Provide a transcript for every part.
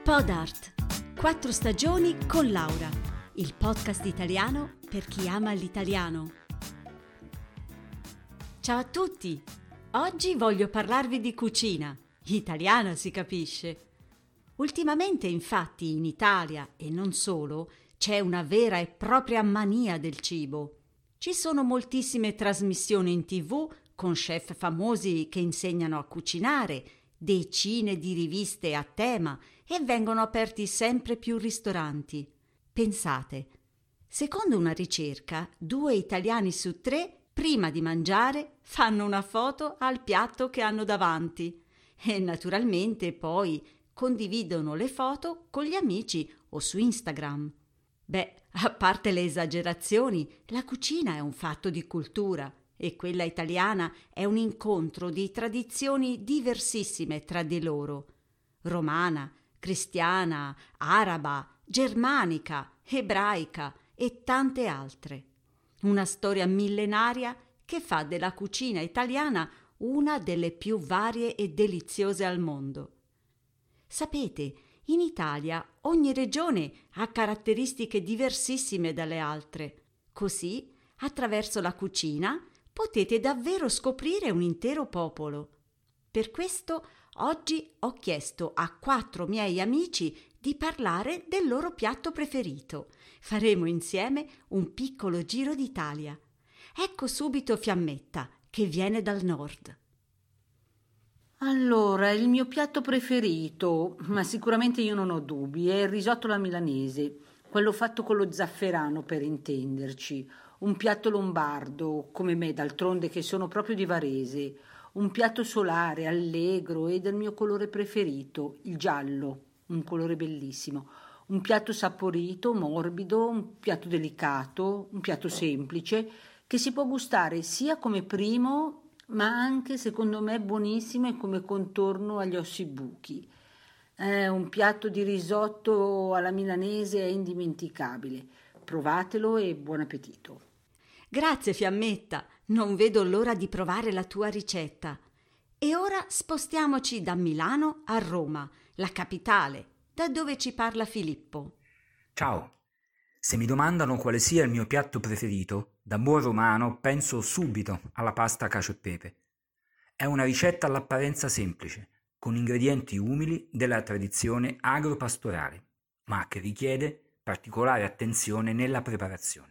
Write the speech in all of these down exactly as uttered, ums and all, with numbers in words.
Podart, quattro stagioni con Laura, il podcast italiano per chi ama l'italiano. Ciao a tutti! Oggi voglio parlarvi di cucina, italiana si capisce. Ultimamente infatti in Italia, e non solo, c'è una vera e propria mania del cibo. Ci sono moltissime trasmissioni in tivù con chef famosi che insegnano a cucinare, decine di riviste a tema e vengono aperti sempre più ristoranti. Pensate, secondo una ricerca, due italiani su tre, prima di mangiare, fanno una foto al piatto che hanno davanti e naturalmente poi condividono le foto con gli amici o su Instagram. Beh, a parte le esagerazioni, la cucina è un fatto di cultura e quella italiana è un incontro di tradizioni diversissime tra di loro: romana, cristiana, araba, germanica, ebraica e tante altre. Una storia millenaria che fa della cucina italiana una delle più varie e deliziose al mondo. Sapete, in Italia ogni regione ha caratteristiche diversissime dalle altre. Così, attraverso la cucina, potete davvero scoprire un intero popolo. Per questo oggi ho chiesto a quattro miei amici di parlare del loro piatto preferito. Faremo insieme un piccolo giro d'Italia. Ecco subito Fiammetta, che viene dal nord. Allora, il mio piatto preferito, ma sicuramente io non ho dubbi, è il risotto alla milanese, quello fatto con lo zafferano per intenderci, un piatto lombardo, come me d'altronde che sono proprio di Varese, un piatto solare, allegro e del mio colore preferito, il giallo, un colore bellissimo, un piatto saporito, morbido, un piatto delicato, un piatto semplice, che si può gustare sia come primo ma anche secondo me buonissimo e come contorno agli ossibuchi. È un piatto di risotto alla milanese è indimenticabile. Provatelo e buon appetito. Grazie Fiammetta, non vedo l'ora di provare la tua ricetta. E ora spostiamoci da Milano a Roma, la capitale, da dove ci parla Filippo. Ciao! Se mi domandano quale sia il mio piatto preferito, da buon romano penso subito alla pasta cacio e pepe. È una ricetta all'apparenza semplice, con ingredienti umili della tradizione agropastorale, ma che richiede particolare attenzione nella preparazione.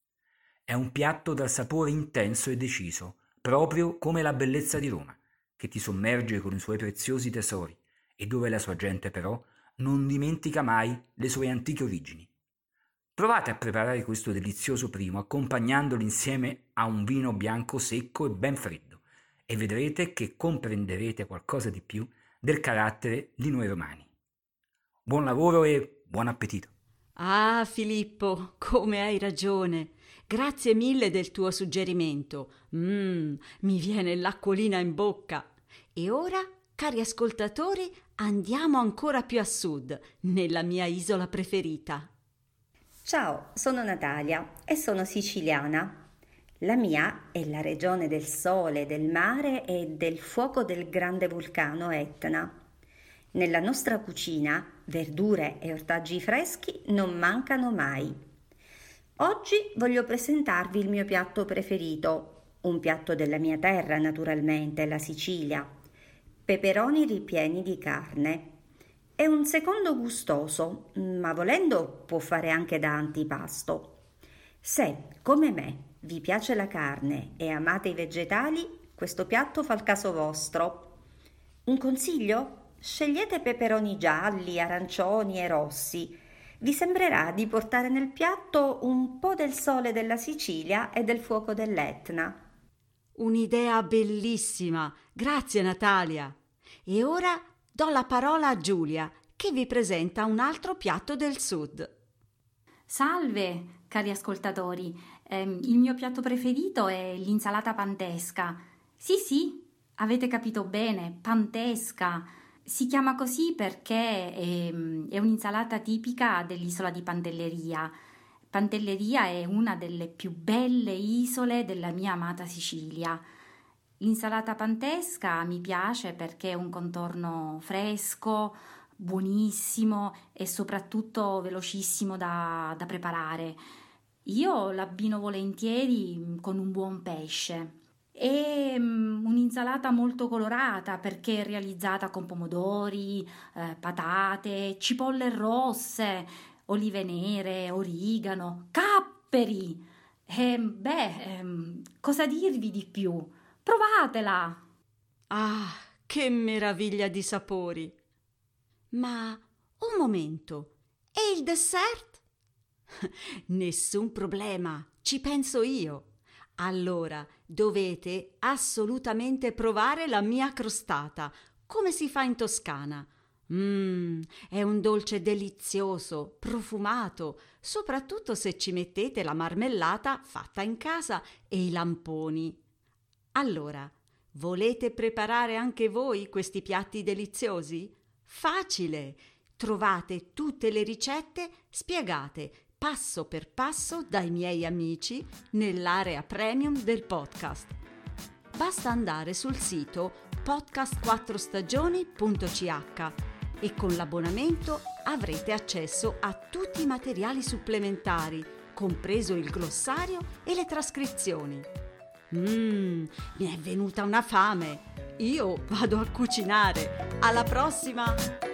È un piatto dal sapore intenso e deciso, proprio come la bellezza di Roma, che ti sommerge con i suoi preziosi tesori e dove la sua gente però non dimentica mai le sue antiche origini. Provate a preparare questo delizioso primo accompagnandolo insieme a un vino bianco secco e ben freddo e vedrete che comprenderete qualcosa di più del carattere di noi romani. Buon lavoro e buon appetito! Ah, Filippo, come hai ragione! Grazie mille del tuo suggerimento. Mmm, mi viene l'acquolina in bocca. E ora, cari ascoltatori, andiamo ancora più a sud, nella mia isola preferita. Ciao, sono Natalia e sono siciliana. La mia è la regione del sole, del mare e del fuoco del grande vulcano Etna. Nella nostra cucina verdure e ortaggi freschi non mancano mai. Oggi voglio presentarvi il mio piatto preferito, un piatto della mia terra naturalmente, la Sicilia. Peperoni ripieni di carne. È un secondo gustoso, ma volendo può fare anche da antipasto. Se, come me, vi piace la carne e amate i vegetali, questo piatto fa il caso vostro. Un consiglio? Scegliete peperoni gialli, arancioni e rossi. Vi sembrerà di portare nel piatto un po' del sole della Sicilia e del fuoco dell'Etna. Un'idea bellissima, grazie Natalia. E ora do la parola a Giulia, che vi presenta un altro piatto del sud. Salve, cari ascoltatori. Eh, il mio piatto preferito è l'insalata pantesca. Sì, sì, avete capito bene, pantesca. Si chiama così perché è, è un'insalata tipica dell'isola di Pantelleria. Pantelleria è una delle più belle isole della mia amata Sicilia. L'insalata pantesca mi piace perché è un contorno fresco, buonissimo e soprattutto velocissimo da, da preparare. Io l'abbino volentieri con un buon pesce. E um, un'insalata molto colorata perché è realizzata con pomodori, eh, patate, cipolle rosse, olive nere, origano, capperi. E beh, ehm, cosa dirvi di più? Provatela! Ah, che meraviglia di sapori! Ma un momento, e il dessert? Nessun problema, ci penso io. Allora dovete assolutamente provare la mia crostata, come si fa in Toscana. Mmm, è un dolce delizioso, profumato, soprattutto se ci mettete la marmellata fatta in casa e i lamponi. Allora, volete preparare anche voi questi piatti deliziosi? Facile! Trovate tutte le ricette spiegate passo per passo dai miei amici nell'area premium del podcast. Basta andare sul sito podcast quattro stagioni punto c h e con l'abbonamento avrete accesso a tutti i materiali supplementari, compreso il glossario e le trascrizioni. Mmm, mi è venuta una fame. Io vado a cucinare. Alla prossima!